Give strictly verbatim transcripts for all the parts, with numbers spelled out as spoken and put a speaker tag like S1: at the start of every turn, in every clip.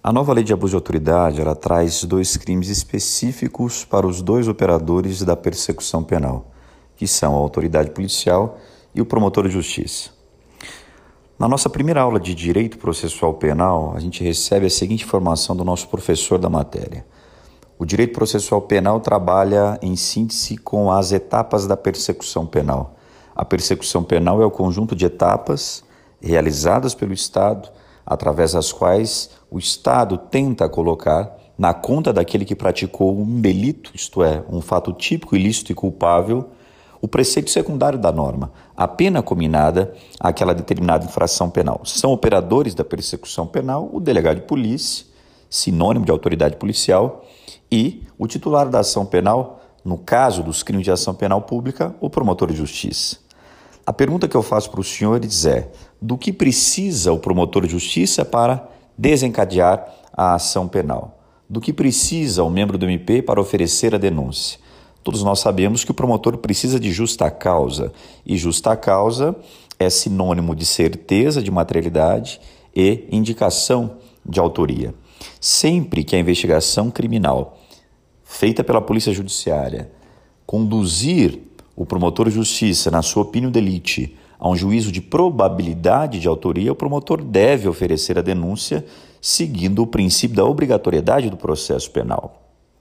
S1: A nova lei de abuso de autoridade, ela traz dois crimes específicos para os dois operadores da persecução penal, que são a autoridade policial e o promotor de justiça. Na nossa primeira aula de Direito Processual Penal, a gente recebe a seguinte informação do nosso professor da matéria. O Direito Processual Penal trabalha, em síntese, com as etapas da persecução penal. A persecução penal é o conjunto de etapas realizadas pelo Estado, através das quais o Estado tenta colocar na conta daquele que praticou um delito, isto é, um fato típico, ilícito e culpável, o preceito secundário da norma, a pena cominada àquela determinada infração penal. São operadores da persecução penal o delegado de polícia, sinônimo de autoridade policial, e o titular da ação penal, no caso dos crimes de ação penal pública, o promotor de justiça. A pergunta que eu faço para os senhores é: do que precisa o promotor de justiça para desencadear a ação penal? Do que precisa o membro do M P para oferecer a denúncia? Todos nós sabemos que o promotor precisa de justa causa, e justa causa é sinônimo de certeza de materialidade e indicação de autoria. Sempre que a investigação criminal feita pela Polícia Judiciária conduzir o promotor de justiça, na sua opinião de elite, a um juízo de probabilidade de autoria, o promotor deve oferecer a denúncia seguindo o princípio da obrigatoriedade do processo penal.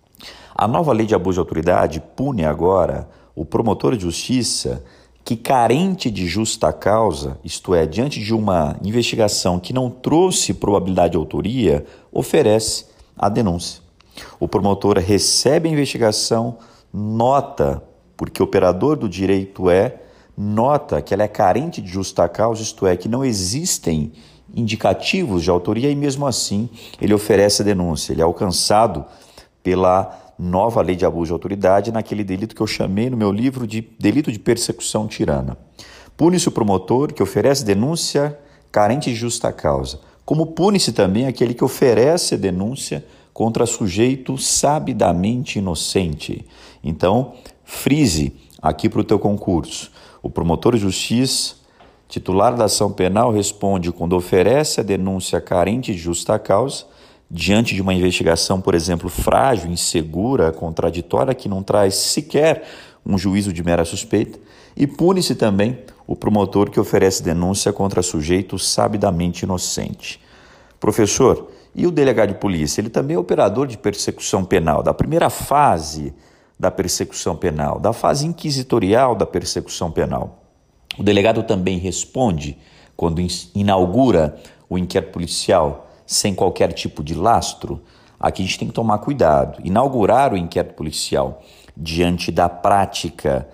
S1: A nova lei de abuso de autoridade pune agora o promotor de justiça que, carente de justa causa, isto é, diante de uma investigação que não trouxe probabilidade de autoria, oferece a denúncia. O promotor recebe a investigação, nota, porque operador do direito é, nota que ela é carente de justa causa, isto é, que não existem indicativos de autoria, e mesmo assim ele oferece a denúncia. Ele é alcançado pela nova lei de abuso de autoridade naquele delito que eu chamei no meu livro de delito de persecução tirana. Pune-se o promotor que oferece denúncia carente de justa causa, como pune-se também aquele que oferece denúncia contra sujeito sabidamente inocente. Então, frise aqui para o teu concurso. O promotor de justiça, titular da ação penal, responde quando oferece a denúncia carente de justa causa, diante de uma investigação, por exemplo, frágil, insegura, contraditória, que não traz sequer um juízo de mera suspeita, e pune-se também o promotor que oferece denúncia contra sujeito sabidamente inocente. Professor, e o delegado de polícia? Ele também é operador de persecução penal, da primeira fase da persecução penal, da fase inquisitorial da persecução penal. O delegado também responde quando inaugura o inquérito policial sem qualquer tipo de lastro. Aqui a gente tem que tomar cuidado. Inaugurar o inquérito policial diante da prática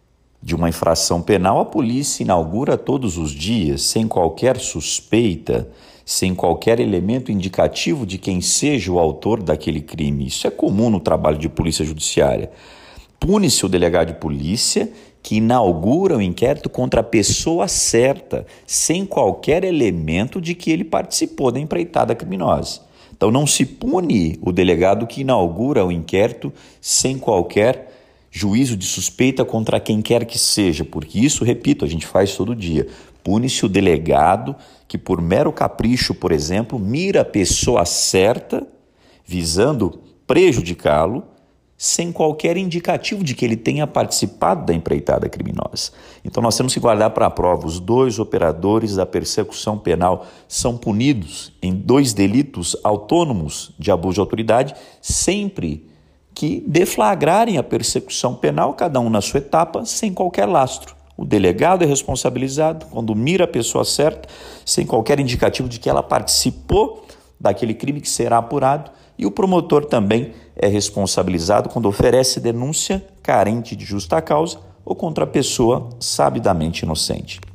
S1: de uma infração penal, a polícia inaugura todos os dias, sem qualquer suspeita, sem qualquer elemento indicativo de quem seja o autor daquele crime. Isso é comum no trabalho de polícia judiciária. Pune-se o delegado de polícia que inaugura o inquérito contra a pessoa certa, sem qualquer elemento de que ele participou da empreitada criminosa. Então não se pune o delegado que inaugura o inquérito sem qualquer juízo de suspeita contra quem quer que seja, porque isso, repito, a gente faz todo dia. Pune-se o delegado que, por mero capricho, por exemplo, mira a pessoa certa, visando prejudicá-lo, sem qualquer indicativo de que ele tenha participado da empreitada criminosa. Então nós temos que guardar para a prova: os dois operadores da persecução penal são punidos em dois delitos autônomos de abuso de autoridade, sempre que deflagrarem a persecução penal, cada um na sua etapa, sem qualquer lastro. O delegado é responsabilizado quando mira a pessoa certa, sem qualquer indicativo de que ela participou daquele crime que será apurado, e o promotor também é responsabilizado quando oferece denúncia carente de justa causa ou contra a pessoa sabidamente inocente.